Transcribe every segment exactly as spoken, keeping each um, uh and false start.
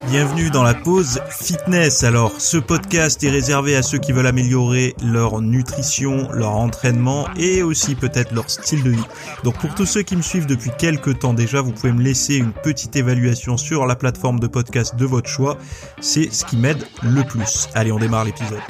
Bienvenue dans la pause fitness. Alors, ce podcast est réservé à ceux qui veulent améliorer leur nutrition, leur entraînement et aussi peut-être leur style de vie. Donc, pour tous ceux qui me suivent depuis quelques temps déjà, vous pouvez me laisser une petite évaluation sur la plateforme de podcast de votre choix. C'est ce qui m'aide le plus. Allez, on démarre l'épisode.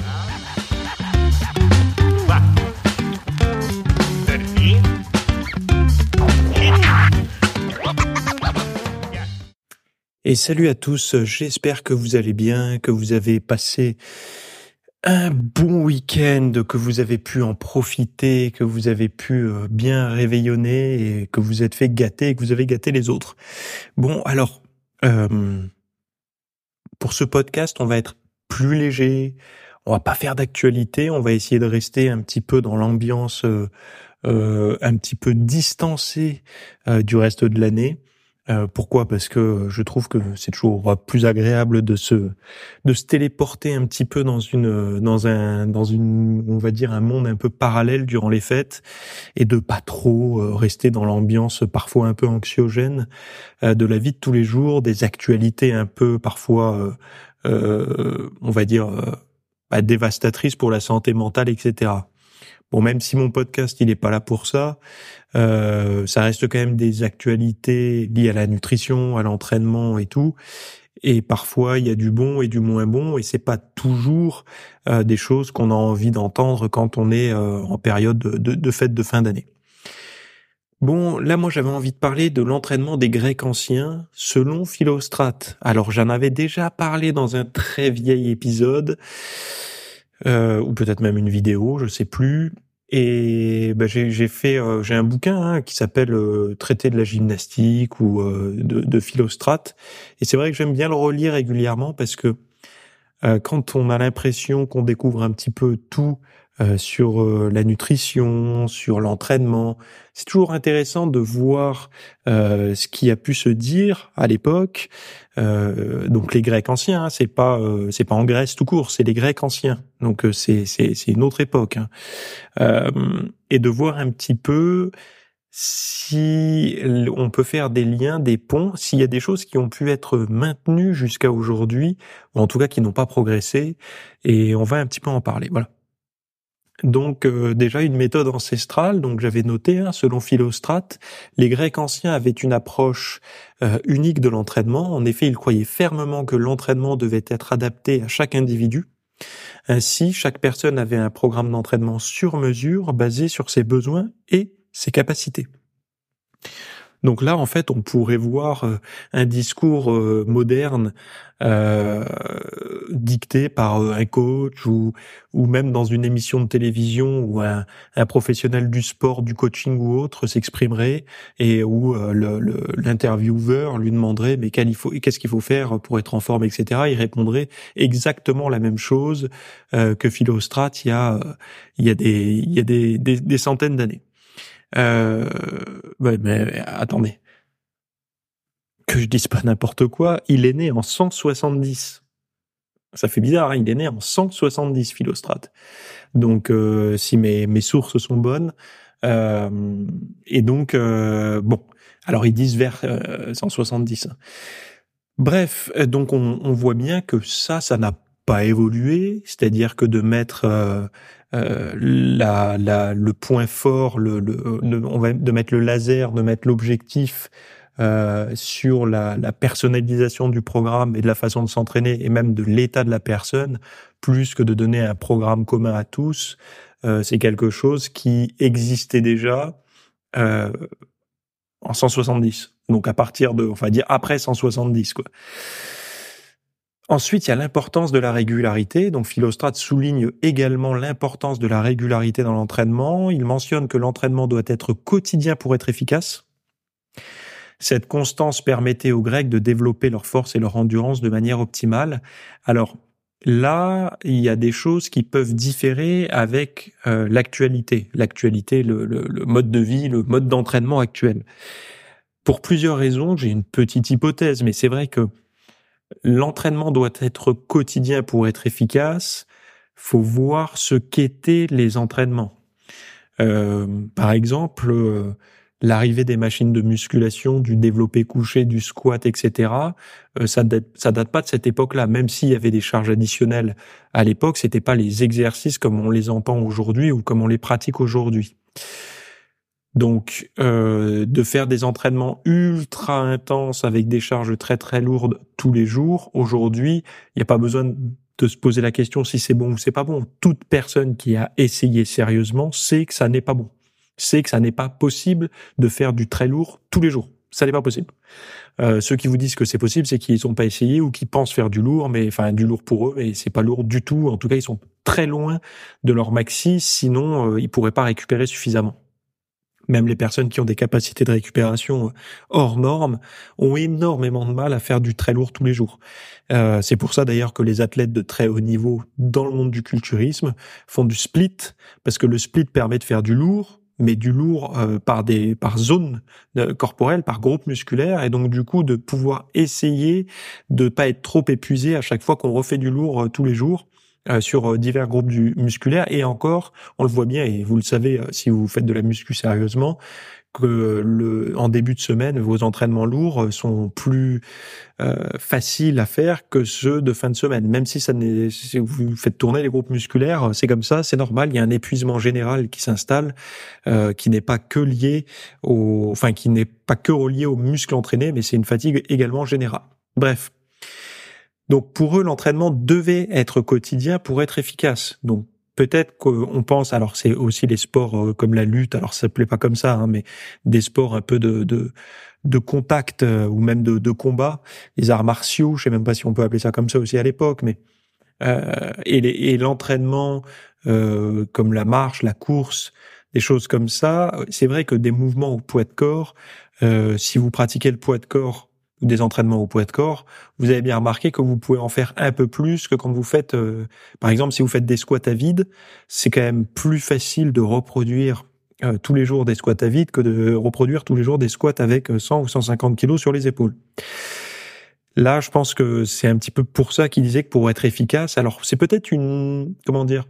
Et salut à tous, j'espère que vous allez bien, que vous avez passé un bon week-end, que vous avez pu en profiter, que vous avez pu bien réveillonner et que vous êtes fait gâter et que vous avez gâté les autres. Bon, alors, euh, pour ce podcast, on va être plus léger, on va pas faire d'actualité, on va essayer de rester un petit peu dans l'ambiance, euh, euh, un petit peu distancé euh, du reste de l'année. Euh, pourquoi ? Parce que je trouve que c'est toujours plus agréable de se de se téléporter un petit peu dans une dans un dans une on va dire un monde un peu parallèle durant les fêtes et de pas trop euh, rester dans l'ambiance parfois un peu anxiogène euh, de la vie de tous les jours, des actualités un peu parfois euh, euh, on va dire euh, bah, dévastatrices pour la santé mentale, et cetera. Bon, même si mon podcast il est pas là pour ça, euh, ça reste quand même des actualités liées à la nutrition, à l'entraînement et tout. Et parfois il y a du bon et du moins bon, et c'est pas toujours euh, des choses qu'on a envie d'entendre quand on est euh, en période de, de, de fête de fin d'année. Bon, là moi j'avais envie de parler de l'entraînement des Grecs anciens selon Philostrate. Alors j'en avais déjà parlé dans un très vieil épisode. Euh, ou peut-être même une vidéo, je sais plus. Et ben j'ai, j'ai fait, euh, j'ai un bouquin hein, qui s'appelle euh, Traité de la gymnastique ou euh, de, de Philostrate. Et c'est vrai que j'aime bien le relire régulièrement parce que euh, quand on a l'impression qu'on découvre un petit peu tout euh, sur euh, la nutrition, sur l'entraînement, c'est toujours intéressant de voir euh, ce qui a pu se dire à l'époque. Euh, donc les Grecs anciens, hein, c'est pas euh, c'est pas en Grèce tout court, c'est les Grecs anciens. Donc euh, c'est c'est c'est une autre époque. Hein. Euh, et de voir un petit peu si on peut faire des liens, des ponts, s'il y a des choses qui ont pu être maintenues jusqu'à aujourd'hui, ou en tout cas qui n'ont pas progressé. Et on va un petit peu en parler. Voilà. Donc euh, déjà une méthode ancestrale, donc j'avais noté, hein, selon Philostrate, les Grecs anciens avaient une approche euh, unique de l'entraînement. En effet, ils croyaient fermement que l'entraînement devait être adapté à chaque individu. Ainsi, chaque personne avait un programme d'entraînement sur mesure basé sur ses besoins et ses capacités. Donc là, en fait, on pourrait voir euh, un discours euh, moderne euh, dicté par euh, un coach ou ou même dans une émission de télévision où un, un professionnel du sport, du coaching ou autre s'exprimerait et où euh, le, le, l'intervieweur lui demanderait mais quel il faut, qu'est-ce qu'il faut faire pour être en forme, et cetera. Il répondrait exactement la même chose euh, que Philostrate il y a il y a des il y a des des, des centaines d'années. Euh, ouais, mais attendez, que je dise pas n'importe quoi, il est né en cent soixante-dix. Ça fait bizarre, hein, il est né en cent soixante-dix, Philostrate. Donc, euh, si mes mes sources sont bonnes, euh, et donc euh, bon, alors ils disent vers euh, cent soixante-dix. Bref, donc on, on voit bien que ça, ça n'a pas évolué, c'est-à-dire que de mettre euh, euh, la, la, le point fort, le, le, le, on va de mettre le laser, de mettre l'objectif euh, sur la, la personnalisation du programme et de la façon de s'entraîner et même de l'état de la personne, plus que de donner un programme commun à tous, euh, c'est quelque chose qui existait déjà euh, en cent soixante-dix. Donc à partir de, on va dire après cent soixante-dix, quoi. Ensuite, il y a l'importance de la régularité. Donc, Philostrate souligne également l'importance de la régularité dans l'entraînement. Il mentionne que l'entraînement doit être quotidien pour être efficace. Cette constance permettait aux Grecs de développer leur force et leur endurance de manière optimale. Alors, là, il y a des choses qui peuvent différer avec euh, l'actualité. L'actualité, le, le, le mode de vie, le mode d'entraînement actuel. Pour plusieurs raisons, j'ai une petite hypothèse, mais c'est vrai que l'entraînement doit être quotidien pour être efficace. Faut voir ce qu'étaient les entraînements. Euh, par exemple, euh, l'arrivée des machines de musculation, du développé couché, du squat, et cetera, euh, ça date, ça date pas de cette époque-là. Même s'il y avait des charges additionnelles à l'époque, c'était pas les exercices comme on les entend aujourd'hui ou comme on les pratique aujourd'hui. Donc, euh, de faire des entraînements ultra intenses avec des charges très très lourdes tous les jours, aujourd'hui, il n'y a pas besoin de se poser la question si c'est bon ou c'est pas bon. Toute personne qui a essayé sérieusement sait que ça n'est pas bon. Sait que ça n'est pas possible de faire du très lourd tous les jours. Ça n'est pas possible. Euh, ceux qui vous disent que c'est possible, c'est qu'ils n'ont pas essayé ou qu'ils pensent faire du lourd, mais enfin du lourd pour eux, mais c'est pas lourd du tout. En tout cas, ils sont très loin de leur maxi, sinon euh, ils pourraient pas récupérer suffisamment. Même les personnes qui ont des capacités de récupération hors normes ont énormément de mal à faire du très lourd tous les jours. Euh, c'est pour ça d'ailleurs que les athlètes de très haut niveau dans le monde du culturisme font du split, parce que le split permet de faire du lourd, mais du lourd euh, par des par zone euh, corporelle, par groupe musculaire, et donc du coup de pouvoir essayer de pas être trop épuisé à chaque fois qu'on refait du lourd euh, tous les jours. Euh, sur divers groupes du musculaires, et encore, on le voit bien, et vous le savez euh, si vous faites de la muscu sérieusement, que le, en début de semaine, vos entraînements lourds sont plus euh, faciles à faire que ceux de fin de semaine. Même si ça n'est, si vous faites tourner les groupes musculaires, c'est comme ça, c'est normal. Il y a un épuisement général qui s'installe, euh, qui n'est pas que lié au, enfin qui n'est pas que relié aux muscles entraînés, mais c'est une fatigue également générale. Bref. Donc pour eux, l'entraînement devait être quotidien pour être efficace. Donc peut-être qu'on pense, alors c'est aussi les sports comme la lutte, alors ça s'appelait pas comme ça, hein, mais des sports un peu de de, de contact euh, ou même de, de combat, les arts martiaux, je sais même pas si on peut appeler ça comme ça aussi à l'époque, mais euh, et, les, et l'entraînement euh, comme la marche, la course, des choses comme ça. C'est vrai que des mouvements au poids de corps, euh, si vous pratiquez le poids de corps ou des entraînements au poids de corps, vous avez bien remarqué que vous pouvez en faire un peu plus que quand vous faites, euh, par exemple, si vous faites des squats à vide, c'est quand même plus facile de reproduire euh, tous les jours des squats à vide que de reproduire tous les jours des squats avec cent ou cent cinquante kilos sur les épaules. Là, je pense que c'est un petit peu pour ça qu'il disait que pour être efficace, alors c'est peut-être une, comment dire,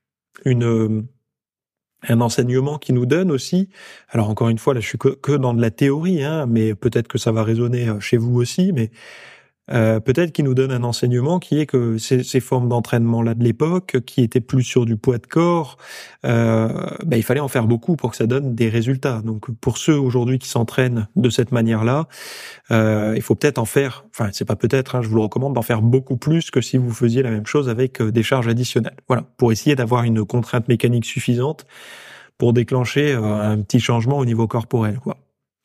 une un enseignement qui nous donne aussi. Alors encore une fois, là, je suis que, que dans de la théorie, hein, mais peut-être que ça va résonner chez vous aussi, mais euh, peut-être qu'il nous donne un enseignement qui est que ces, ces formes d'entraînement-là de l'époque, qui étaient plus sur du poids de corps, euh, ben, il fallait en faire beaucoup pour que ça donne des résultats. Donc pour ceux aujourd'hui qui s'entraînent de cette manière-là, euh, il faut peut-être en faire, enfin c'est pas peut-être, hein, je vous le recommande d'en faire beaucoup plus que si vous faisiez la même chose avec des charges additionnelles. Voilà, pour essayer d'avoir une contrainte mécanique suffisante pour déclencher euh, un petit changement au niveau corporel, quoi.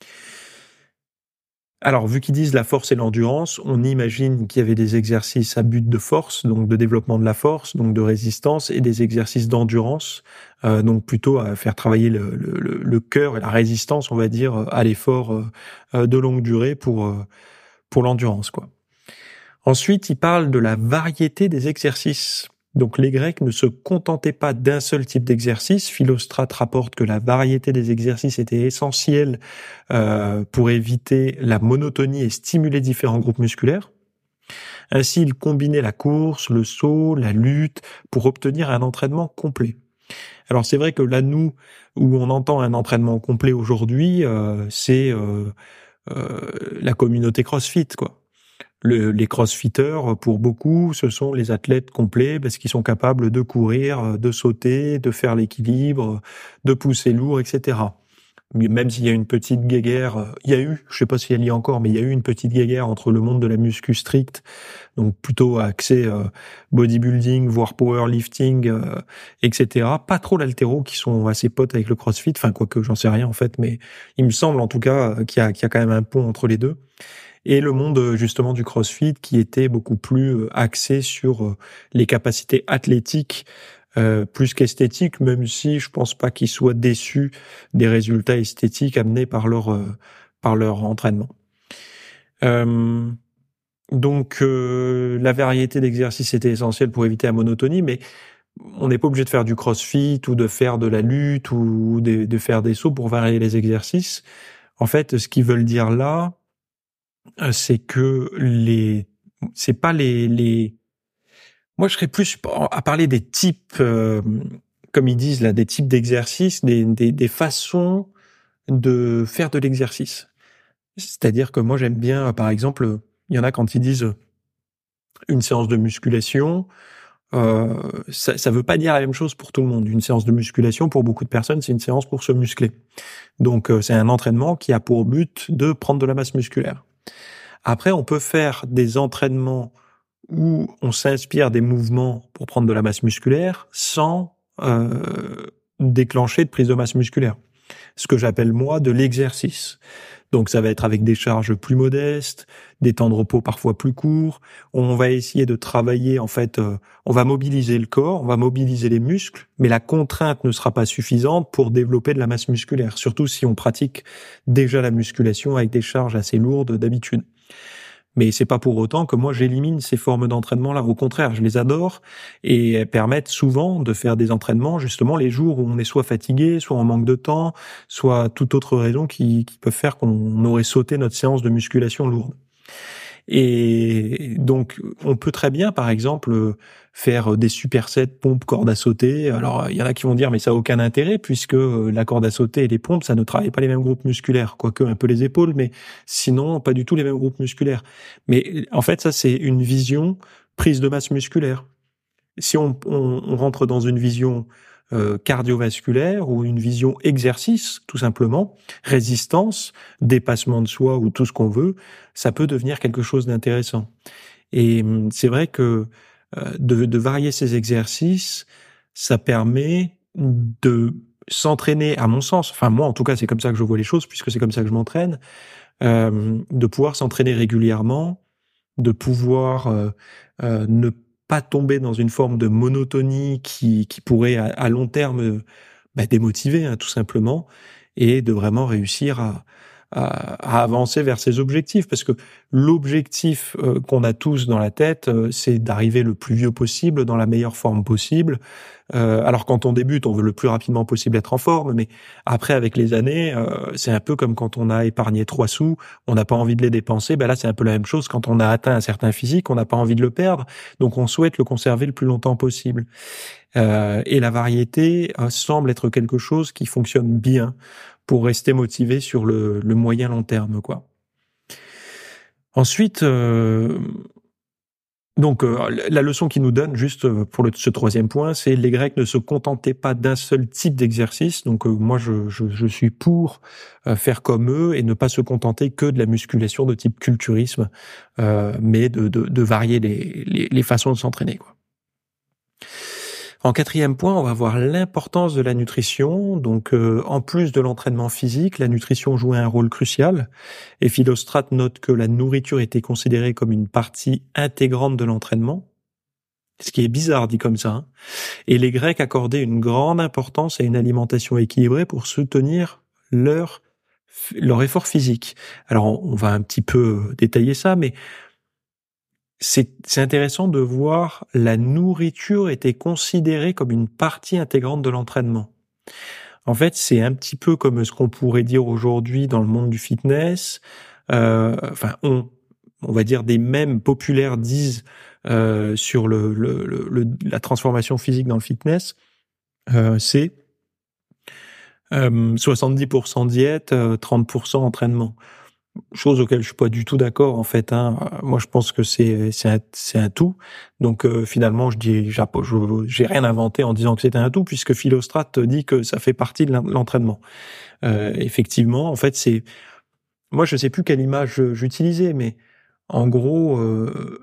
Alors, vu qu'ils disent la force et l'endurance, on imagine qu'il y avait des exercices à but de force, donc de développement de la force, donc de résistance, et des exercices d'endurance, euh, donc plutôt à faire travailler le, le, le cœur et la résistance, on va dire, à l'effort euh, de longue durée pour euh, pour l'endurance, quoi. Ensuite, ils parlent de la variété des exercices. Donc les Grecs ne se contentaient pas d'un seul type d'exercice. Philostrate rapporte que la variété des exercices était essentielle euh, pour éviter la monotonie et stimuler différents groupes musculaires. Ainsi, il combinait la course, le saut, la lutte pour obtenir un entraînement complet. Alors c'est vrai que là, nous, où on entend un entraînement complet aujourd'hui, euh, c'est euh, euh, la communauté CrossFit, quoi. Le, les crossfitters, pour beaucoup, ce sont les athlètes complets parce qu'ils sont capables de courir, de sauter, de faire l'équilibre, de pousser lourd, et cetera. Même s'il y a une petite guéguerre, il y a eu, je sais pas si elle y est encore, mais il y a eu une petite guéguerre entre le monde de la muscu stricte, donc plutôt axé euh, bodybuilding, voire powerlifting, euh, et cetera. Pas trop l'haltéro qui sont assez potes avec le crossfit, enfin quoique j'en sais rien en fait, mais il me semble en tout cas qu'il y a, qu'il y a quand même un pont entre les deux. Et le monde justement du CrossFit qui était beaucoup plus axé sur les capacités athlétiques euh, plus qu'esthétiques, même si je pense pas qu'ils soient déçus des résultats esthétiques amenés par leur euh, par leur entraînement. Euh, donc euh, la variété d'exercices était essentielle pour éviter la monotonie, mais on n'est pas obligé de faire du CrossFit ou de faire de la lutte ou de, de faire des sauts pour varier les exercices. En fait, ce qu'ils veulent dire là, c'est que les, c'est pas les, les, moi je serais plus à parler des types, euh, comme ils disent là, des types d'exercices, des, des, des façons de faire de l'exercice. C'est-à-dire que moi, j'aime bien, par exemple, il y en a quand ils disent une séance de musculation, euh, ça, ça veut pas dire la même chose pour tout le monde. Une séance de musculation, pour beaucoup de personnes, c'est une séance pour se muscler. Donc, euh, c'est un entraînement qui a pour but de prendre de la masse musculaire. Après, on peut faire des entraînements où on s'inspire des mouvements pour prendre de la masse musculaire sans euh, déclencher de prise de masse musculaire. Ce que j'appelle, moi, de l'exercice. Donc ça va être avec des charges plus modestes, des temps de repos parfois plus courts. On va essayer de travailler, en fait, euh, on va mobiliser le corps, on va mobiliser les muscles, mais la contrainte ne sera pas suffisante pour développer de la masse musculaire, surtout si on pratique déjà la musculation avec des charges assez lourdes d'habitude. Mais c'est pas pour autant que moi j'élimine ces formes d'entraînement-là. Au contraire, je les adore et elles permettent souvent de faire des entraînements justement les jours où on est soit fatigué, soit en manque de temps, soit toute autre raison qui, qui peut faire qu'on aurait sauté notre séance de musculation lourde. Et donc, on peut très bien, par exemple, faire des supersets pompes corde à sauter. Alors, il y en a qui vont dire, mais ça a aucun intérêt puisque la corde à sauter et les pompes, ça ne travaille pas les mêmes groupes musculaires, quoique un peu les épaules, mais sinon, pas du tout les mêmes groupes musculaires. Mais en fait, ça, c'est une vision prise de masse musculaire. Si on, on, on rentre dans une vision euh, cardiovasculaire ou une vision exercice, tout simplement, résistance, dépassement de soi ou tout ce qu'on veut, ça peut devenir quelque chose d'intéressant. Et c'est vrai que euh, de, de varier ces exercices, ça permet de s'entraîner, à mon sens, enfin moi en tout cas c'est comme ça que je vois les choses, puisque c'est comme ça que je m'entraîne, euh, de pouvoir s'entraîner régulièrement, de pouvoir euh, euh, ne pas tomber dans une forme de monotonie qui, qui pourrait à, à long terme bah, démotiver, hein, tout simplement, et de vraiment réussir à, à, à avancer vers ses objectifs. Parce que l'objectif euh, qu'on a tous dans la tête, euh, c'est d'arriver le plus vieux possible, dans la meilleure forme possible. Euh, alors quand on débute, on veut le plus rapidement possible être en forme, mais après, avec les années, euh, c'est un peu comme quand on a épargné trois sous, on n'a pas envie de les dépenser. Ben là, c'est un peu la même chose. Quand on a atteint un certain physique, on n'a pas envie de le perdre, donc on souhaite le conserver le plus longtemps possible. Euh, et la variété euh, semble être quelque chose qui fonctionne bien pour rester motivé sur le, le moyen long terme, quoi. Ensuite, euh, donc euh, la leçon qu'ils nous donne, juste pour le, ce troisième point, c'est les Grecs ne se contentaient pas d'un seul type d'exercice. Donc euh, moi, je, je, je suis pour euh, faire comme eux et ne pas se contenter que de la musculation de type culturisme, euh, mais de, de, de varier les, les, les façons de s'entraîner, quoi. En quatrième point, on va voir l'importance de la nutrition. Donc, euh, en plus de l'entraînement physique, la nutrition jouait un rôle crucial. Et Philostrate note que la nourriture était considérée comme une partie intégrante de l'entraînement. Ce qui est bizarre dit comme ça, hein. Et les Grecs accordaient une grande importance à une alimentation équilibrée pour soutenir leur, leur effort physique. Alors, on va un petit peu détailler ça, mais C'est, c'est intéressant de voir la nourriture était considérée comme une partie intégrante de l'entraînement. En fait, c'est un petit peu comme ce qu'on pourrait dire aujourd'hui dans le monde du fitness. Euh, enfin, on, on va dire des mèmes populaires disent euh, sur le, le, le, le, la transformation physique dans le fitness, euh, c'est euh, soixante-dix pour cent diète, euh, trente pour cent entraînement. Chose auquel je suis pas du tout d'accord en fait, hein. Moi je pense que c'est c'est un, c'est un tout. Donc euh, finalement je dis j'ai, j'ai rien inventé en disant que c'était un tout, puisque Philostrate dit que ça fait partie de l'entraînement. Euh, effectivement, en fait c'est, moi je sais plus quelle image j'utilisais, mais en gros euh,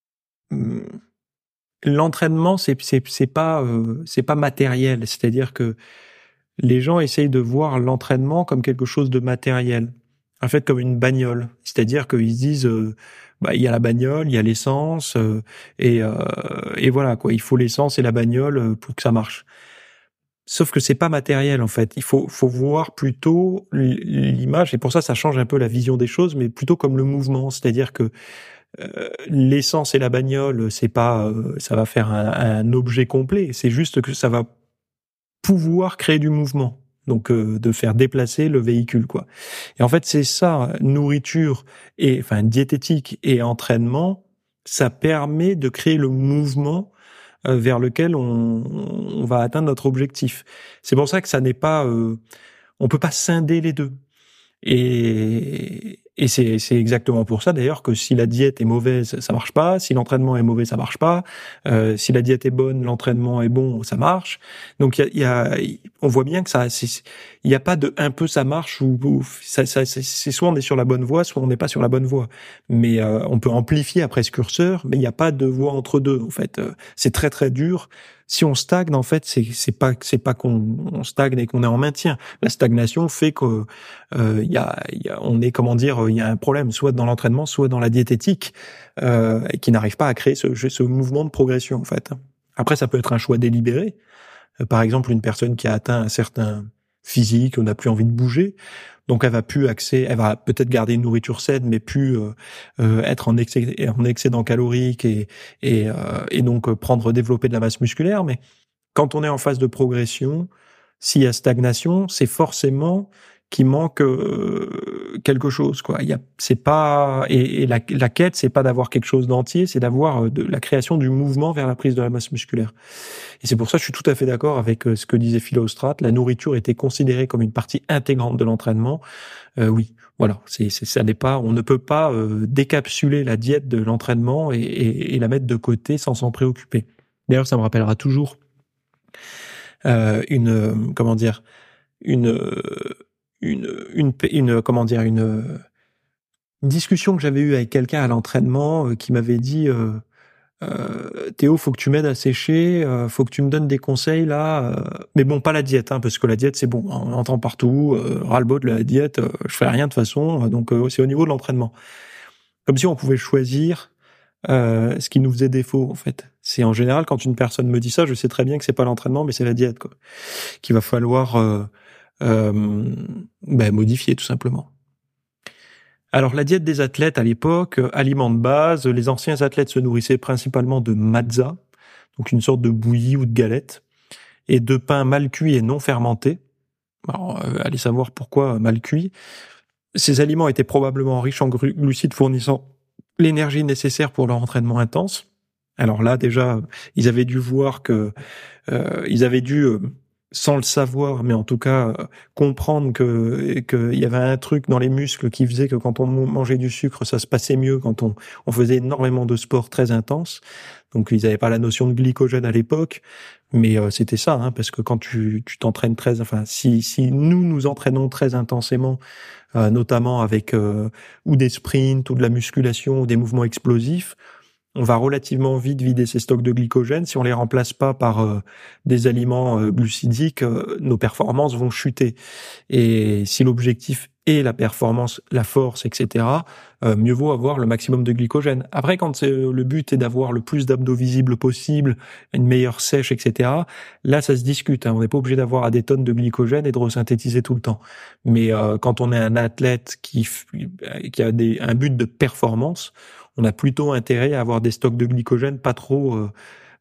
l'entraînement c'est c'est c'est pas euh, c'est pas matériel, c'est-à-dire que les gens essayent de voir l'entraînement comme quelque chose de matériel. En fait, comme une bagnole. C'est-à-dire qu'ils se disent, euh, bah, il y a la bagnole, il y a l'essence, euh, et, euh, et voilà, quoi. Il faut l'essence et la bagnole pour que ça marche. Sauf que c'est pas matériel, en fait. Il faut, faut voir plutôt l'image, et pour ça, ça change un peu la vision des choses, mais plutôt comme le mouvement. C'est-à-dire que euh, l'essence et la bagnole, c'est pas, euh, ça va faire un, un objet complet. C'est juste que ça va pouvoir créer du mouvement. Donc euh, de faire déplacer le véhicule, quoi. Et en fait, c'est ça, nourriture et enfin diététique et entraînement, ça permet de créer le mouvement euh, vers lequel on, on va atteindre notre objectif. C'est pour ça que ça n'est pas, euh, on peut pas scinder les deux. Et, et c'est, c'est exactement pour ça d'ailleurs que si la diète est mauvaise, ça marche pas. Si l'entraînement est mauvais, ça marche pas. Euh, si la diète est bonne, l'entraînement est bon, ça marche. Donc il y a, y a, on voit bien que ça, il y a pas de un peu ça marche ou, ou ça, ça, c'est, c'est soit on est sur la bonne voie, soit on n'est pas sur la bonne voie. Mais euh, on peut amplifier après ce curseur, mais il n'y a pas de voie entre deux. En fait, euh, c'est très très dur. Si on stagne, en fait, c'est, c'est pas, c'est pas qu'on on stagne et qu'on est en maintien. La stagnation fait que euh, il y a, y a, on est, comment dire, il y a un problème, soit dans l'entraînement, soit dans la diététique, euh, et qui n'arrive pas à créer ce, ce mouvement de progression, en fait. Après, ça peut être un choix délibéré. Euh, par exemple, une personne qui a atteint un certain physique, on n'a plus envie de bouger. Donc, elle va plus accès, elle va peut-être garder une nourriture saine, mais plus euh, euh, être en, excès, en excédent calorique et et, euh, et donc euh, prendre, développer de la masse musculaire. Mais quand on est en phase de progression, s'il y a stagnation, c'est forcément qu'il manque euh, quelque chose, quoi. Il y a, c'est pas et, et la, la quête, c'est pas d'avoir quelque chose d'entier, c'est d'avoir euh, de la création du mouvement vers la prise de la masse musculaire. Et c'est pour ça que je suis tout à fait d'accord avec euh, ce que disait Philostrate. La nourriture était considérée comme une partie intégrante de l'entraînement. Euh, oui, voilà, c'est, c'est ça n'est pas, on ne peut pas euh, décapsuler la diète de l'entraînement et, et, et la mettre de côté sans s'en préoccuper. D'ailleurs, ça me rappellera toujours euh, une, euh, comment dire, une Une, une, une, comment dire, une, une discussion que j'avais eue avec quelqu'un à l'entraînement euh, qui m'avait dit euh, euh, Théo, faut que tu m'aides à sécher, euh, faut que tu me donnes des conseils là, euh, mais bon, pas la diète, hein, parce que la diète c'est bon, on entend partout, euh, ras-le-bol de la diète, euh, je fais rien de toute façon, donc euh, c'est au niveau de l'entraînement. Comme si on pouvait choisir euh, ce qui nous faisait défaut en fait. C'est en général quand une personne me dit ça, je sais très bien que c'est pas l'entraînement, mais c'est la diète quoi, qu'il va falloir euh, Euh, ben, modifier tout simplement. Alors la diète des athlètes à l'époque, euh, aliments de base, les anciens athlètes se nourrissaient principalement de matzah, donc une sorte de bouillie ou de galette, et de pain mal cuit et non fermenté. Alors euh, allez savoir pourquoi mal cuit. Ces aliments étaient probablement riches en glucides fournissant l'énergie nécessaire pour leur entraînement intense. Alors là déjà, ils avaient dû voir que euh, ils avaient dû euh, sans le savoir, mais en tout cas euh, comprendre que qu'il y avait un truc dans les muscles qui faisait que quand on mangeait du sucre, ça se passait mieux quand on, on faisait énormément de sport très intense. Donc ils n'avaient pas la notion de glycogène à l'époque, mais euh, c'était ça, hein, parce que quand tu tu t'entraînes très, enfin si si nous nous entraînons très intensément, euh, notamment avec euh, ou des sprints ou de la musculation ou des mouvements explosifs, on va relativement vite vider ces stocks de glycogène. Si on les remplace pas par euh, des aliments euh, glucidiques, euh, nos performances vont chuter. Et si l'objectif est la performance, la force, et cetera, euh, mieux vaut avoir le maximum de glycogène. Après, quand c'est, le but est d'avoir le plus d'abdos visibles possible, une meilleure sèche, et cetera, là, ça se discute. Hein. On n'est pas obligé d'avoir à des tonnes de glycogène et de resynthétiser tout le temps. Mais euh, quand on est un athlète qui, qui a des, un but de performance, on a plutôt intérêt à avoir des stocks de glycogène pas trop euh,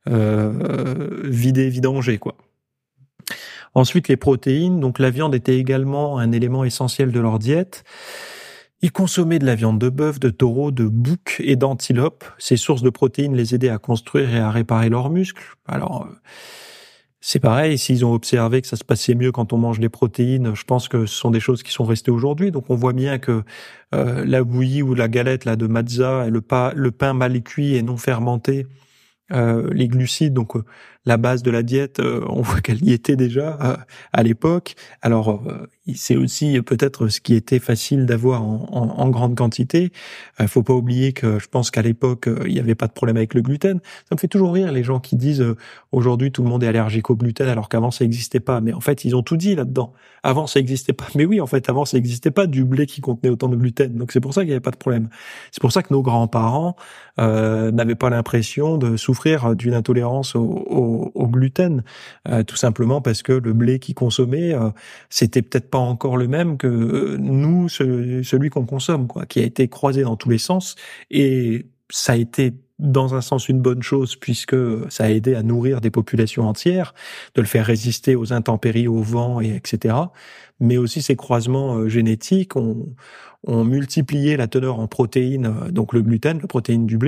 euh, vidés, vidangés, quoi. Ensuite, les protéines. Donc, la viande était également un élément essentiel de leur diète. Ils consommaient de la viande de bœuf, de taureau, de bouc et d'antilope. Ces sources de protéines les aidaient à construire et à réparer leurs muscles. Alors, c'est pareil, s'ils ont observé que ça se passait mieux quand on mange des protéines, je pense que ce sont des choses qui sont restées aujourd'hui. Donc on voit bien que euh, la bouillie ou la galette là de matzah, le pain, le pain mal cuit et non fermenté, euh, les glucides, donc euh, la base de la diète, euh, on voit qu'elle y était déjà euh, à l'époque. Alors euh, c'est aussi peut-être ce qui était facile d'avoir en, en, en grande quantité. Il euh, faut pas oublier que je pense qu'à l'époque euh, il y avait pas de problème avec le gluten. Ça me fait toujours rire les gens qui disent euh, aujourd'hui tout le monde est allergique au gluten alors qu'avant ça existait pas. Mais en fait ils ont tout dit là-dedans. Avant ça existait pas. Mais oui en fait avant ça existait pas du blé qui contenait autant de gluten. Donc c'est pour ça qu'il y avait pas de problème. C'est pour ça que nos grands-parents euh, n'avaient pas l'impression de souffrir d'une intolérance au, au, au gluten, euh, tout simplement parce que le blé qu'ils consommaient euh, c'était peut-être pas encore le même que euh, nous, ce, celui qu'on consomme, quoi, qui a été croisé dans tous les sens, et ça a été dans un sens une bonne chose puisque ça a aidé à nourrir des populations entières, de le faire résister aux intempéries, au vent, et etc. Mais aussi ces croisements euh, génétiques ont, ont multiplié la teneur en protéines, euh, donc le gluten, la protéine du blé,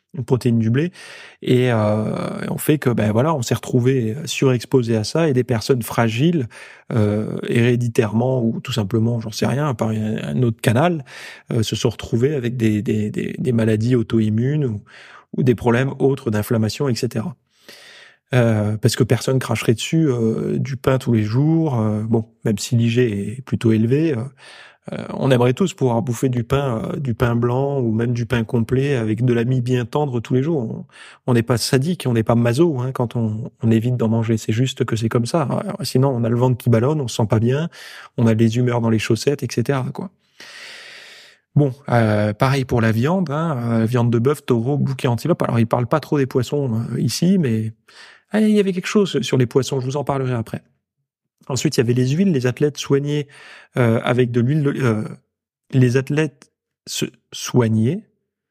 une protéine du blé, et euh, on fait que ben voilà, on s'est retrouvé surexposé à ça, et des personnes fragiles, euh, héréditairement ou tout simplement, j'en sais rien, par un autre canal, euh, se sont retrouvées avec des, des, des, des maladies auto-immunes ou, ou des problèmes autres d'inflammation, et cetera. Euh, parce que personne cracherait dessus euh, du pain tous les jours. Euh, bon, même si l'I G est plutôt élevé, euh, euh, on aimerait tous pouvoir bouffer du pain, euh, du pain blanc ou même du pain complet avec de la mie bien tendre tous les jours. On n'est pas sadique, on n'est pas maso hein, quand on, on évite d'en manger. C'est juste que c'est comme ça. Alors, sinon, on a le ventre qui ballonne, on se sent pas bien, on a les humeurs dans les chaussettes, et cetera. Quoi. Bon, euh, pareil pour la viande, hein, euh, viande de bœuf, taureau, bouc et antilope. Alors, il parle pas trop des poissons euh, ici, mais ah, il y avait quelque chose sur les poissons. Je vous en parlerai après. Ensuite, il y avait les huiles. Les athlètes soignaient euh, avec de l'huile. De, euh, les athlètes se soignaient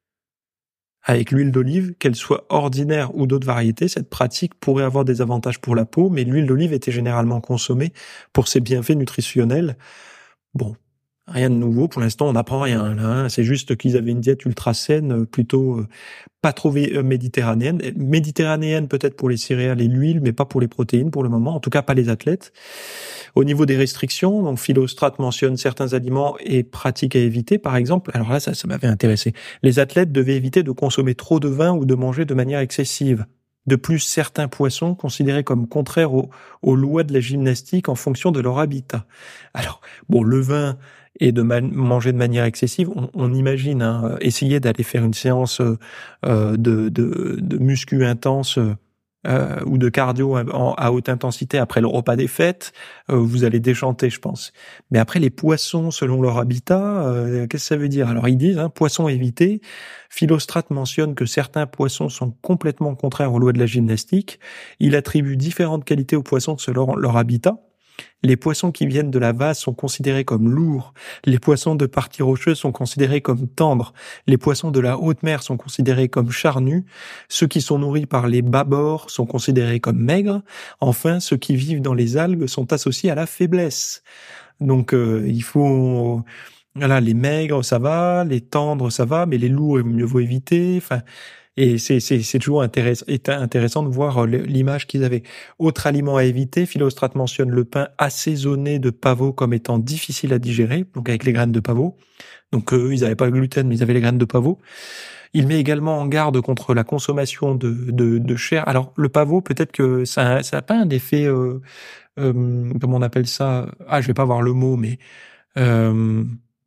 avec l'huile d'olive, qu'elle soit ordinaire ou d'autres variétés. Cette pratique pourrait avoir des avantages pour la peau, mais l'huile d'olive était généralement consommée pour ses bienfaits nutritionnels. Bon. Rien de nouveau, pour l'instant on n'apprend rien là, hein. C'est juste qu'ils avaient une diète ultra saine, plutôt euh, pas trop euh, méditerranéenne. Méditerranéenne peut-être pour les céréales et l'huile, mais pas pour les protéines pour le moment, en tout cas pas les athlètes. Au niveau des restrictions, donc Philostrate mentionne certains aliments et pratiques à éviter, par exemple, alors là ça, ça m'avait intéressé, les athlètes devaient éviter de consommer trop de vin ou de manger de manière excessive. De plus, certains poissons considérés comme contraires aux, aux lois de la gymnastique en fonction de leur habitat. Alors, bon, le vin et de man- manger de manière excessive, on, on imagine hein, essayer d'aller faire une séance euh, de, de, de muscu intense euh, ou de cardio à, à haute intensité après le repas des fêtes, euh, vous allez déchanter, je pense. Mais après, les poissons, selon leur habitat, euh, qu'est-ce que ça veut dire? Alors, ils disent, hein, poissons évités. Philostrate mentionne que certains poissons sont complètement contraires aux lois de la gymnastique. Il attribue différentes qualités aux poissons selon leur habitat. Les poissons qui viennent de la vase sont considérés comme lourds. Les poissons de parties rocheuses sont considérés comme tendres. Les poissons de la haute mer sont considérés comme charnus. Ceux qui sont nourris par les bâbords sont considérés comme maigres. Enfin, ceux qui vivent dans les algues sont associés à la faiblesse. Donc, euh, il faut... Voilà, les maigres, ça va, les tendres, ça va, mais les lourds, mieux vaut éviter. Enfin, et c'est, c'est, c'est toujours intéressant, intéressant de voir l'image qu'ils avaient. Autre aliment à éviter, Philostrate mentionne le pain assaisonné de pavot comme étant difficile à digérer, donc avec les graines de pavot. Donc eux, ils n'avaient pas le gluten, mais ils avaient les graines de pavot. Il met également en garde contre la consommation de, de, de chair. Alors le pavot, peut-être que ça, ça a pas un effet, euh, euh, comment on appelle ça? Ah, je vais pas avoir le mot, mais euh,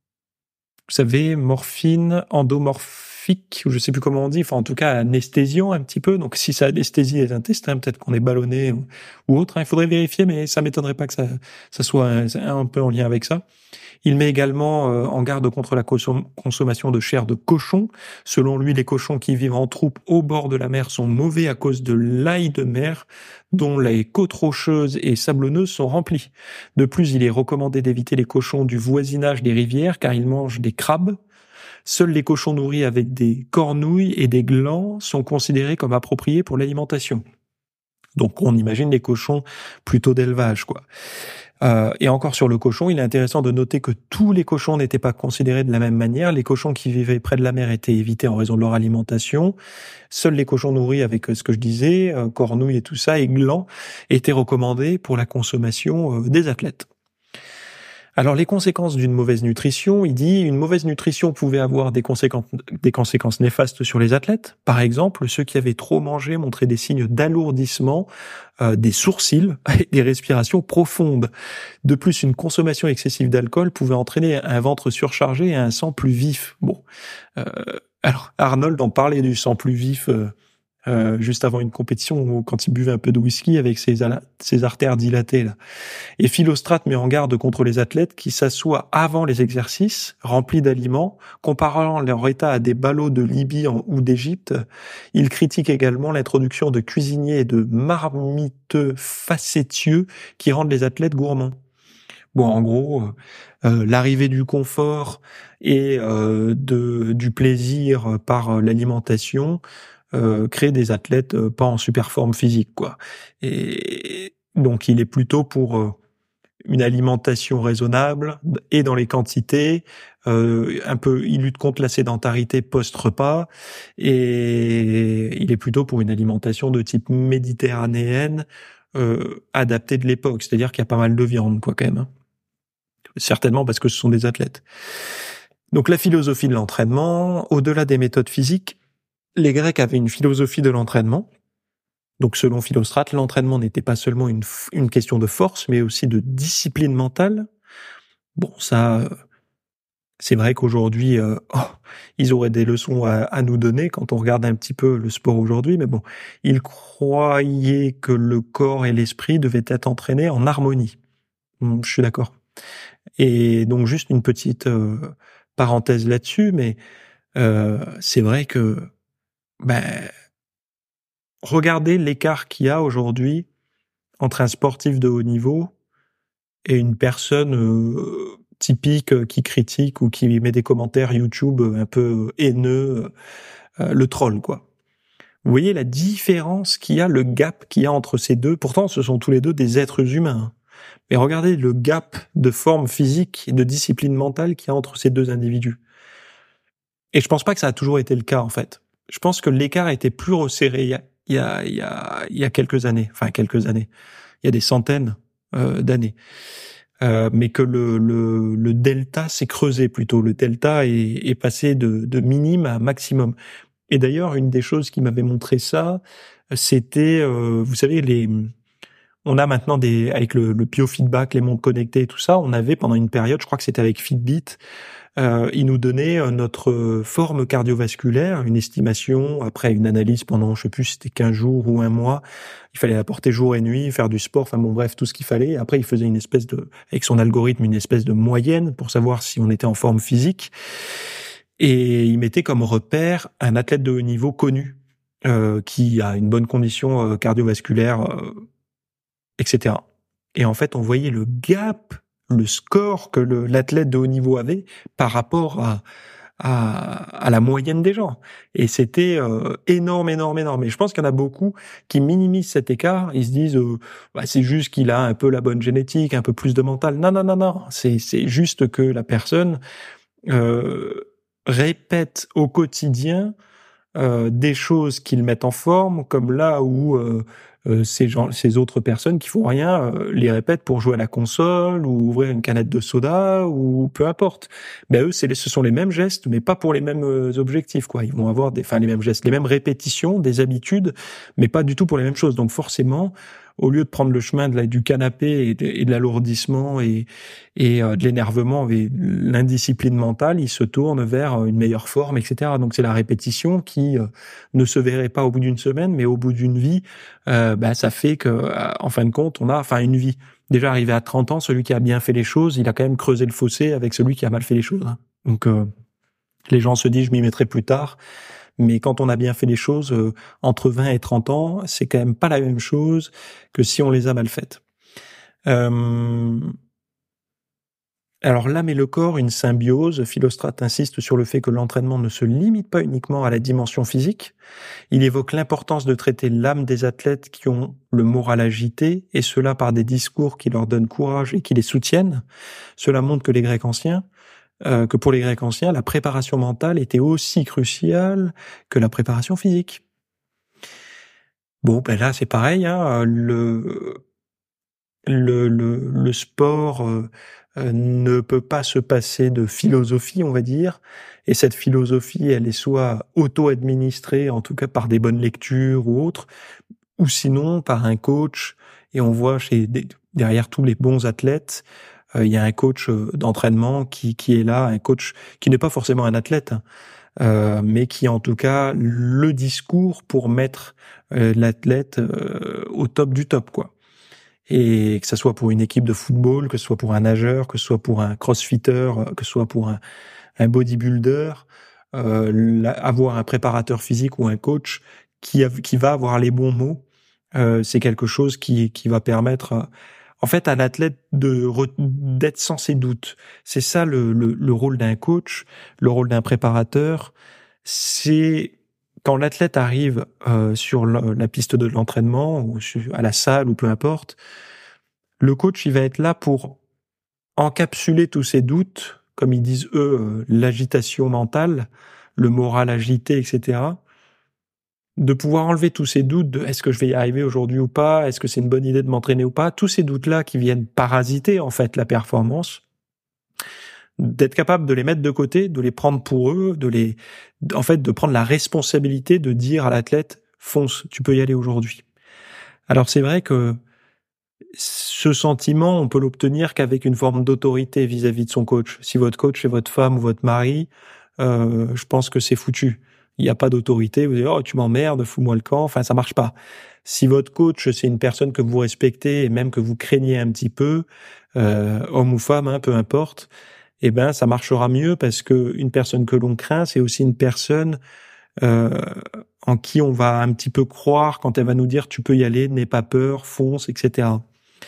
vous savez, morphine, endomorphique, ou je sais plus comment on dit, enfin en tout cas anesthésiant un petit peu. Donc si ça anesthésie les intestins, peut-être qu'on est ballonné ou, ou autre. Hein. Il faudrait vérifier, mais ça m'étonnerait pas que ça, ça soit un, un peu en lien avec ça. Il met également euh, en garde contre la consom- consommation de chair de cochon. Selon lui, les cochons qui vivent en troupe au bord de la mer sont mauvais à cause de l'ail de mer, dont les côtes rocheuses et sablonneuses sont remplies. De plus, il est recommandé d'éviter les cochons du voisinage des rivières, car ils mangent des crabes. Seuls les cochons nourris avec des cornouilles et des glands sont considérés comme appropriés pour l'alimentation. Donc on imagine les cochons plutôt d'élevage, quoi. Euh, et encore sur le cochon, il est intéressant de noter que tous les cochons n'étaient pas considérés de la même manière. Les cochons qui vivaient près de la mer étaient évités en raison de leur alimentation. Seuls les cochons nourris avec ce que je disais, euh, cornouilles et tout ça, et glands, étaient recommandés pour la consommation euh, des athlètes. Alors les conséquences d'une mauvaise nutrition, il dit une mauvaise nutrition pouvait avoir des conséquences, des conséquences néfastes sur les athlètes. Par exemple, ceux qui avaient trop mangé montraient des signes d'alourdissement, euh, des sourcils et des respirations profondes. De plus, une consommation excessive d'alcool pouvait entraîner un ventre surchargé et un sang plus vif. Bon, euh, alors Arnold en parlait du sang plus vif. Euh, Euh, juste avant une compétition, quand il buvait un peu de whisky avec ses, ala- ses artères dilatées là. Et Philostrate met en garde contre les athlètes qui s'assoient avant les exercices, remplis d'aliments, comparant leur état à des ballots de Libye en, ou d'Égypte. Il critique également l'introduction de cuisiniers et de marmiteux facétieux qui rendent les athlètes gourmands. Bon, en gros, euh, l'arrivée du confort et euh, de, du plaisir par l'alimentation Euh, créer des athlètes euh, pas en super forme physique, quoi. Et donc il est plutôt pour euh, une alimentation raisonnable et dans les quantités, euh, un peu, il lutte contre la sédentarité post-repas et il est plutôt pour une alimentation de type méditerranéenne, euh, adaptée de l'époque, c'est-à-dire qu'il y a pas mal de viande, quoi, quand même, hein. Certainement parce que ce sont des athlètes. Donc la philosophie de l'entraînement, au-delà des méthodes physiques, les Grecs avaient une philosophie de l'entraînement. Donc selon Philostrate, l'entraînement n'était pas seulement une, une question de force, mais aussi de discipline mentale. Bon, ça, c'est vrai qu'aujourd'hui, euh, oh, ils auraient des leçons à, à nous donner quand on regarde un petit peu le sport aujourd'hui, mais bon, ils croyaient que le corps et l'esprit devaient être entraînés en harmonie. Je suis d'accord. Et donc juste une petite euh, parenthèse là-dessus, mais euh, c'est vrai que ben, regardez l'écart qu'il y a aujourd'hui entre un sportif de haut niveau et une personne euh, typique qui critique ou qui met des commentaires YouTube un peu haineux, euh, le troll, quoi. Vous voyez la différence qu'il y a, le gap qu'il y a entre ces deux. Pourtant, ce sont tous les deux des êtres humains. Mais regardez le gap de forme physique et de discipline mentale qu'il y a entre ces deux individus. Et je pense pas que ça a toujours été le cas, en fait. Je pense que l'écart a été plus resserré il y a, il y a, il y a, il y a quelques années. Enfin, quelques années. Il y a des centaines euh, d'années. Euh, mais que le, le, le delta s'est creusé plutôt. Le delta est, est passé de, de minime à maximum. Et d'ailleurs, une des choses qui m'avait montré ça, c'était, euh, vous savez, les, on a maintenant des, avec le, le biofeedback, les montres connectées et tout ça, on avait pendant une période, je crois que c'était avec Fitbit, euh, ils nous donnaient notre forme cardiovasculaire, une estimation, après une analyse pendant, je sais plus si c'était quinze jours ou un mois, il fallait la porter jour et nuit, faire du sport, enfin bon bref, tout ce qu'il fallait. Et après, il faisait une espèce de, avec son algorithme, une espèce de moyenne pour savoir si on était en forme physique. Et il mettait comme repère un athlète de haut niveau connu, euh, qui a une bonne condition euh, cardiovasculaire, euh, et cetera. Et en fait, on voyait le gap, le score que le, l'athlète de haut niveau avait par rapport à, à, à la moyenne des gens. Et c'était euh, énorme, énorme, énorme. Et je pense qu'il y en a beaucoup qui minimisent cet écart. Ils se disent, euh, bah, c'est juste qu'il a un peu la bonne génétique, un peu plus de mental. Non, non, non, non. C'est, c'est juste que la personne euh, répète au quotidien euh, des choses qui le mettent en forme, comme là où euh, euh, ces gens, ces autres personnes qui font rien euh, les répètent pour jouer à la console ou ouvrir une canette de soda ou peu importe. Ben eux, c'est les, ce sont les mêmes gestes, mais pas pour les mêmes euh, objectifs, quoi. Ils vont avoir des, enfin les mêmes gestes, les mêmes répétitions, des habitudes, mais pas du tout pour les mêmes choses. Donc forcément, au lieu de prendre le chemin de la, du canapé et de, et de l'alourdissement et, et euh, de l'énervement et l'indiscipline mentale, ils se tournent vers une meilleure forme, et cetera. Donc c'est la répétition qui euh, ne se verrait pas au bout d'une semaine, mais au bout d'une vie, euh, bah, ça fait que, euh, en fin de compte, on a, enfin, une vie. Déjà arrivé à trente ans, celui qui a bien fait les choses, il a quand même creusé le fossé avec celui qui a mal fait les choses, hein. Donc euh, les gens se disent, je m'y mettrai plus tard. Mais quand on a bien fait les choses, euh, entre vingt et trente ans, c'est quand même pas la même chose que si on les a mal faites. Euh... Alors l'âme et le corps, une symbiose. Philostrate insiste sur le fait que l'entraînement ne se limite pas uniquement à la dimension physique. Il évoque l'importance de traiter l'âme des athlètes qui ont le moral agité, et cela par des discours qui leur donnent courage et qui les soutiennent. Cela montre que les Grecs anciens, euh, que pour les Grecs anciens, la préparation mentale était aussi cruciale que la préparation physique. Bon, ben là c'est pareil, hein, le le le, le sport euh, euh, ne peut pas se passer de philosophie, on va dire, et cette philosophie, elle est soit auto-administrée, en tout cas par des bonnes lectures ou autres, ou sinon par un coach. Et on voit chez derrière tous les bons athlètes, euh, il y a un coach d'entraînement qui qui est là, un coach qui n'est pas forcément un athlète, hein, euh, mais qui en tout cas le discours pour mettre euh, l'athlète euh, au top du top, quoi. Et que ce soit pour une équipe de football, que ce soit pour un nageur, que ce soit pour un crossfitter, que ce soit pour un, un bodybuilder, euh, la, avoir un préparateur physique ou un coach qui, a, qui va avoir les bons mots, euh, c'est quelque chose qui, qui va permettre, euh, en fait, à l'athlète de d'être sans ses doutes. C'est ça le, le, le rôle d'un coach, le rôle d'un préparateur. C'est quand l'athlète arrive euh, sur la, la piste de l'entraînement ou sur, à la salle ou peu importe, Le coach, il va être là pour encapsuler tous ces doutes, comme ils disent eux, euh, l'agitation mentale, le moral agité, et cetera. De pouvoir enlever tous ces doutes de est-ce que je vais y arriver aujourd'hui ou pas, est-ce que c'est une bonne idée de m'entraîner ou pas, tous ces doutes-là qui viennent parasiter en fait la performance, d'être capable de les mettre de côté, de les prendre pour eux, de les, en fait, de prendre la responsabilité de dire à l'athlète fonce, tu peux y aller aujourd'hui. Alors c'est vrai que ce sentiment, on peut l'obtenir qu'avec une forme d'autorité vis-à-vis de son coach. Si votre coach est votre femme ou votre mari, euh, je pense que c'est foutu. Il n'y a pas d'autorité. Vous dites, oh, tu m'emmerdes, fous-moi le camp. Enfin, ça marche pas. Si votre coach, c'est une personne que vous respectez et même que vous craignez un petit peu, euh, homme ou femme, hein, peu importe, eh ben, ça marchera mieux parce que une personne que l'on craint, c'est aussi une personne euh, en qui on va un petit peu croire quand elle va nous dire tu peux y aller, n'aie pas peur, fonce, et cetera.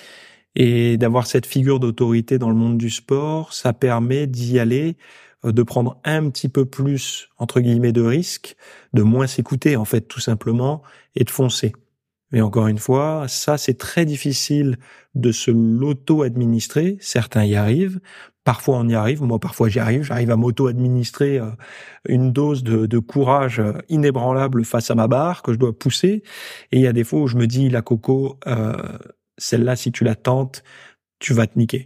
Et d'avoir cette figure d'autorité dans le monde du sport, ça permet d'y aller, de prendre un petit peu plus, entre guillemets, de risques, de moins s'écouter, en fait, tout simplement, et de foncer. Mais encore une fois, ça, c'est très difficile de se l'auto-administrer. Certains y arrivent. Parfois, on y arrive. Moi, parfois, j'y arrive. J'arrive à m'auto-administrer une dose de, de courage inébranlable face à ma barre que je dois pousser. Et il y a des fois où je me dis, la Coco, euh, celle-là, si tu la tentes, tu vas te niquer.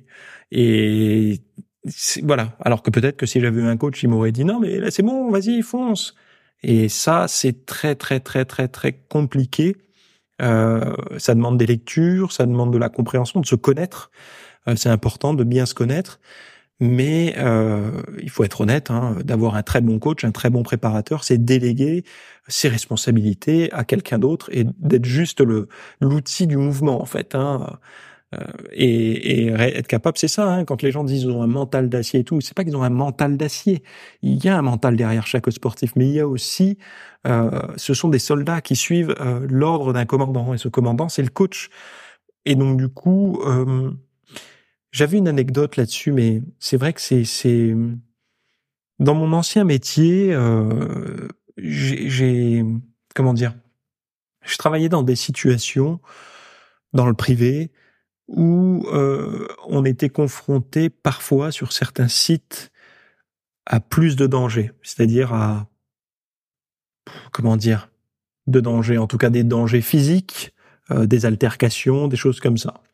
Et voilà. Alors que peut-être que si j'avais eu un coach, il m'aurait dit non, mais là, c'est bon, vas-y, fonce. Et ça, c'est très, très, très, très, très compliqué. Euh, ça demande des lectures, ça demande de la compréhension, de se connaître. Euh, c'est important de bien se connaître. Mais euh, il faut être honnête, hein, d'avoir un très bon coach, un très bon préparateur, c'est déléguer ses responsabilités à quelqu'un d'autre et d'être juste le l'outil du mouvement en fait. Hein. Euh, et, et être capable, c'est ça. Hein, quand les gens disent qu'ils ont un mental d'acier et tout, c'est pas qu'ils ont un mental d'acier. Il y a un mental derrière chaque sportif, mais il y a aussi, euh, ce sont des soldats qui suivent euh, l'ordre d'un commandant et ce commandant, c'est le coach. Et donc du coup. Euh, J'avais une anecdote là-dessus, mais c'est vrai que c'est, c'est dans mon ancien métier, euh, j'ai, j'ai, comment dire, je travaillais dans des situations dans le privé où euh, on était confronté parfois sur certains sites à plus de dangers, c'est-à-dire à, comment dire, de dangers, en tout cas des dangers physiques, euh, des altercations, des choses comme ça.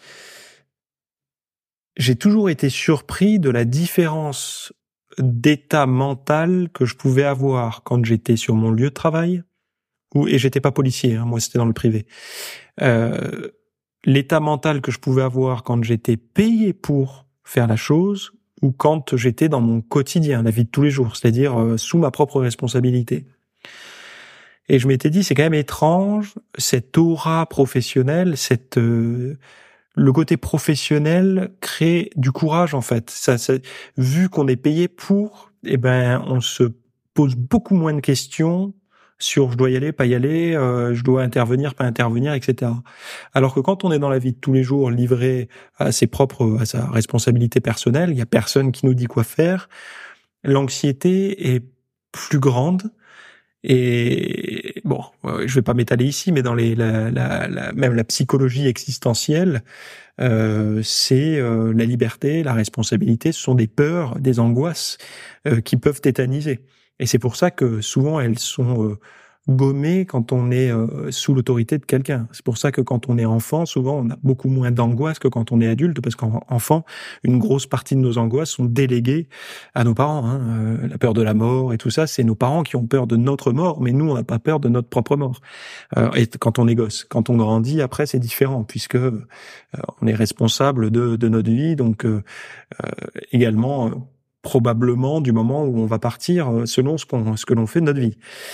J'ai toujours été surpris de la différence d'état mental que je pouvais avoir quand j'étais sur mon lieu de travail, où, et j'étais pas policier, hein, moi c'était dans le privé. Euh, l'état mental que je pouvais avoir quand j'étais payé pour faire la chose, ou quand j'étais dans mon quotidien, la vie de tous les jours, c'est-à-dire euh, sous ma propre responsabilité. Et je m'étais dit, c'est quand même étrange, cette aura professionnelle, cette... Euh, le côté professionnel crée du courage en fait. Ça, ça, vu qu'on est payé pour, eh ben, on se pose beaucoup moins de questions sur je dois y aller, pas y aller, euh, je dois intervenir, pas intervenir, et cetera. Alors que quand on est dans la vie de tous les jours, livré à ses propres, à sa responsabilité personnelle, il y a personne qui nous dit quoi faire. L'anxiété est plus grande. Et bon, je vais pas m'étaler ici, mais dans les, la, la, la, même la psychologie existentielle, euh, c'est euh, la liberté, la responsabilité, ce sont des peurs, des angoisses euh, qui peuvent tétaniser. Et c'est pour ça que souvent elles sont euh, gommées quand on est euh, sous l'autorité de quelqu'un. C'est pour ça que quand on est enfant, souvent on a beaucoup moins d'angoisse que quand on est adulte, parce qu'enfant, une grosse partie de nos angoisses sont déléguées à nos parents. Hein. Euh, la peur de la mort et tout ça, c'est nos parents qui ont peur de notre mort, mais nous on n'a pas peur de notre propre mort. Euh, et quand on est gosse, quand on grandit, après c'est différent, puisque euh, on est responsable de, de notre vie, donc euh, euh, également euh, probablement du moment où on va partir, euh, selon ce qu'on, ce que l'on fait de notre vie.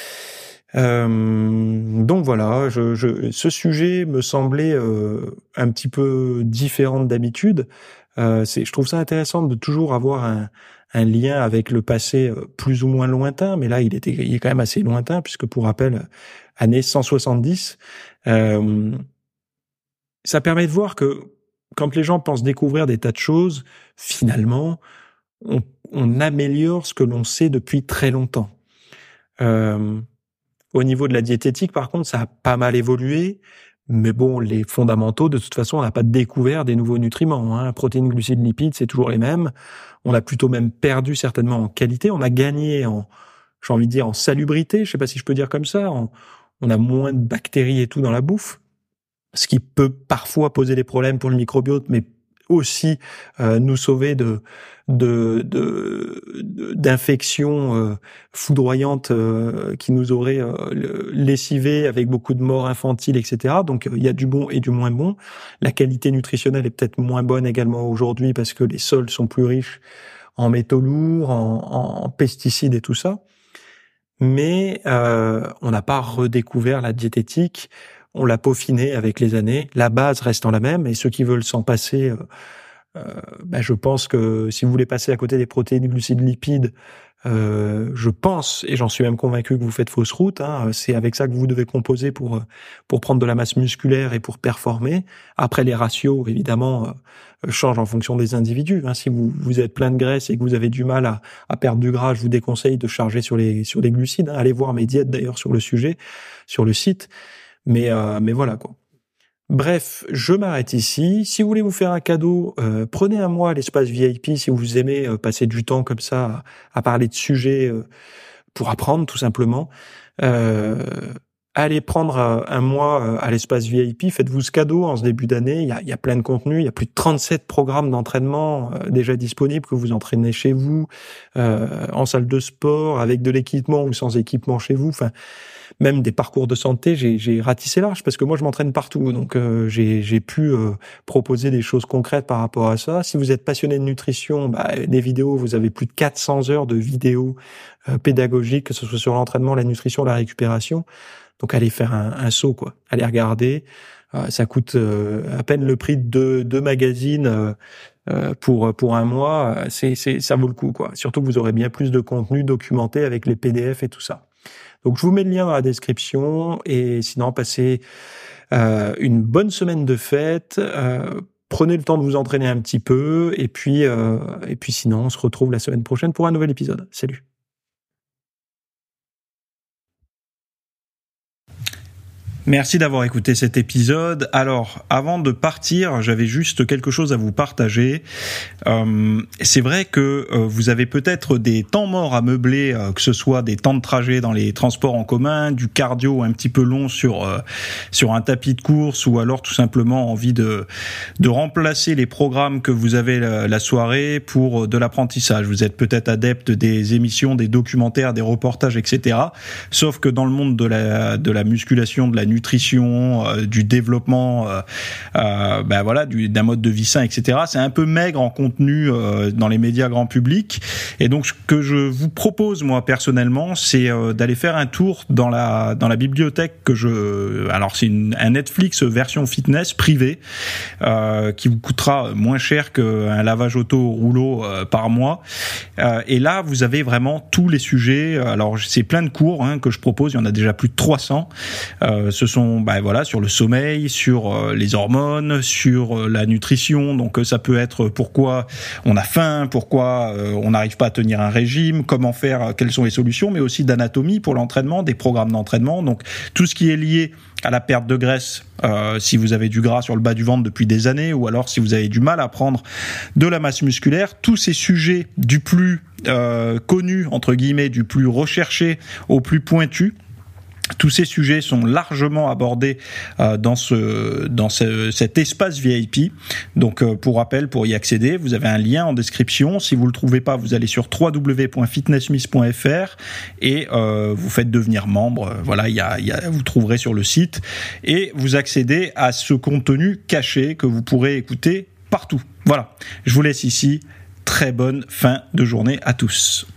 Euh, donc voilà, je, je, ce sujet me semblait euh, un petit peu différent d'habitude. Euh, c'est, je trouve ça intéressant de toujours avoir un, un lien avec le passé euh, plus ou moins lointain, mais là il était, il est quand même assez lointain puisque pour rappel, année cent soixante-dix. Euh, ça permet de voir que quand les gens pensent découvrir des tas de choses, finalement, on, on améliore ce que l'on sait depuis très longtemps. Euh, Au niveau de la diététique, par contre, ça a pas mal évolué, Mais bon, les fondamentaux, de toute façon, on n'a pas découvert des nouveaux nutriments. Hein. Protéines, glucides, lipides, c'est toujours les mêmes. On a plutôt même perdu certainement en qualité. On a gagné en, j'ai envie de dire, en salubrité. Je sais pas si je peux dire comme ça. En, on a moins de bactéries et tout dans la bouffe, ce qui peut parfois poser des problèmes pour le microbiote, mais aussi euh, nous sauver de de, de, de d'infections euh, foudroyantes euh, qui nous auraient euh, lessivés avec beaucoup de morts infantiles, et cetera. Donc il y a du bon et du moins bon. La qualité nutritionnelle est peut-être moins bonne également aujourd'hui parce que les sols sont plus riches en métaux lourds, en, en pesticides et tout ça. Mais euh, on n'a pas redécouvert la diététique. On l'a peaufiné avec les années. La base restant la même. Et ceux qui veulent s'en passer, euh, euh, ben je pense que si vous voulez passer à côté des protéines, glucides, lipides, euh, je pense, et j'en suis même convaincu que vous faites fausse route. Hein, c'est avec ça que vous devez composer pour pour prendre de la masse musculaire et pour performer. Après, les ratios, évidemment, euh, changent en fonction des individus. Hein, si vous vous êtes plein de graisse et que vous avez du mal à, à perdre du gras, je vous déconseille de charger sur les sur les glucides. Hein. Allez voir mes diètes d'ailleurs sur le sujet, sur le site. Mais euh, mais voilà quoi. Bref, je m'arrête ici. Si vous voulez vous faire un cadeau, euh, prenez un mois l'espace V I P si vous aimez euh, passer du temps comme ça à, à parler de sujets euh, pour apprendre tout simplement. Euh, allez prendre euh, un mois euh, à l'espace V I P, faites-vous ce cadeau en ce début d'année. Il y a, il y a plein de contenu, il y a plus de trente-sept programmes d'entraînement euh, déjà disponibles que vous entraînez chez vous, euh, en salle de sport, avec de l'équipement ou sans équipement chez vous. Enfin, même des parcours de santé, j'ai, j'ai ratissé large parce que moi je m'entraîne partout, donc euh, j'ai, j'ai pu euh, proposer des choses concrètes par rapport à ça. Si vous êtes passionné de nutrition, bah, des vidéos, vous avez plus de quatre cents heures de vidéos euh, pédagogiques, que ce soit sur l'entraînement, la nutrition, la récupération. Donc allez faire un, un saut, quoi. Allez regarder. Euh, ça coûte euh, à peine le prix de deux, deux magazines euh, euh, pour pour un mois. C'est, c'est ça vaut le coup, quoi. Surtout que vous aurez bien plus de contenu documenté avec les P D F et tout ça. Donc, je vous mets le lien dans la description et sinon, passez euh, une bonne semaine de fête. Euh, prenez le temps de vous entraîner un petit peu et puis, euh, et puis sinon, on se retrouve la semaine prochaine pour un nouvel épisode. Salut. Merci d'avoir écouté cet épisode. Alors, avant de partir, j'avais juste quelque chose à vous partager. Euh, c'est vrai que euh, vous avez peut-être des temps morts à meubler, euh, que ce soit des temps de trajet dans les transports en commun, du cardio un petit peu long sur euh, sur un tapis de course, ou alors tout simplement envie de de remplacer les programmes que vous avez la, la soirée pour de l'apprentissage. Vous êtes peut-être adepte des émissions, des documentaires, des reportages, et cetera. Sauf que dans le monde de la de la musculation, de la nutrition, euh, du développement, euh, euh, ben voilà, du, d'un mode de vie sain, et cetera. C'est un peu maigre en contenu euh, dans les médias grand public. Et donc, ce que je vous propose, moi, personnellement, c'est euh, d'aller faire un tour dans la dans la bibliothèque que je... Alors, c'est une, un Netflix version fitness privée euh, qui vous coûtera moins cher qu'un lavage auto rouleau euh, par mois. Euh, et là, vous avez vraiment tous les sujets. Alors, c'est plein de cours hein, que je propose. Il y en a déjà plus de trois cents. Euh, ce sont bah, voilà, sur le sommeil, sur euh, les hormones, sur euh, la nutrition. Donc, euh, ça peut être pourquoi on a faim, pourquoi euh, on n'arrive pas à tenir un régime, comment faire, euh, quelles sont les solutions, mais aussi d'anatomie pour l'entraînement, des programmes d'entraînement. Donc, tout ce qui est lié à la perte de graisse, euh, si vous avez du gras sur le bas du ventre depuis des années, ou alors si vous avez du mal à prendre de la masse musculaire, tous ces sujets du plus euh, connu, entre guillemets, du plus recherché au plus pointu, tous ces sujets sont largement abordés euh, dans ce dans ce, cet espace V I P. Donc euh, pour rappel, pour y accéder, vous avez un lien en description. Si vous le trouvez pas, vous allez sur w w w point fitness miss point f r et euh, vous faites devenir membre. Voilà, il y a, il y a vous trouverez sur le site et vous accédez à ce contenu caché que vous pourrez écouter partout. Voilà, je vous laisse ici. Très bonne fin de journée à tous.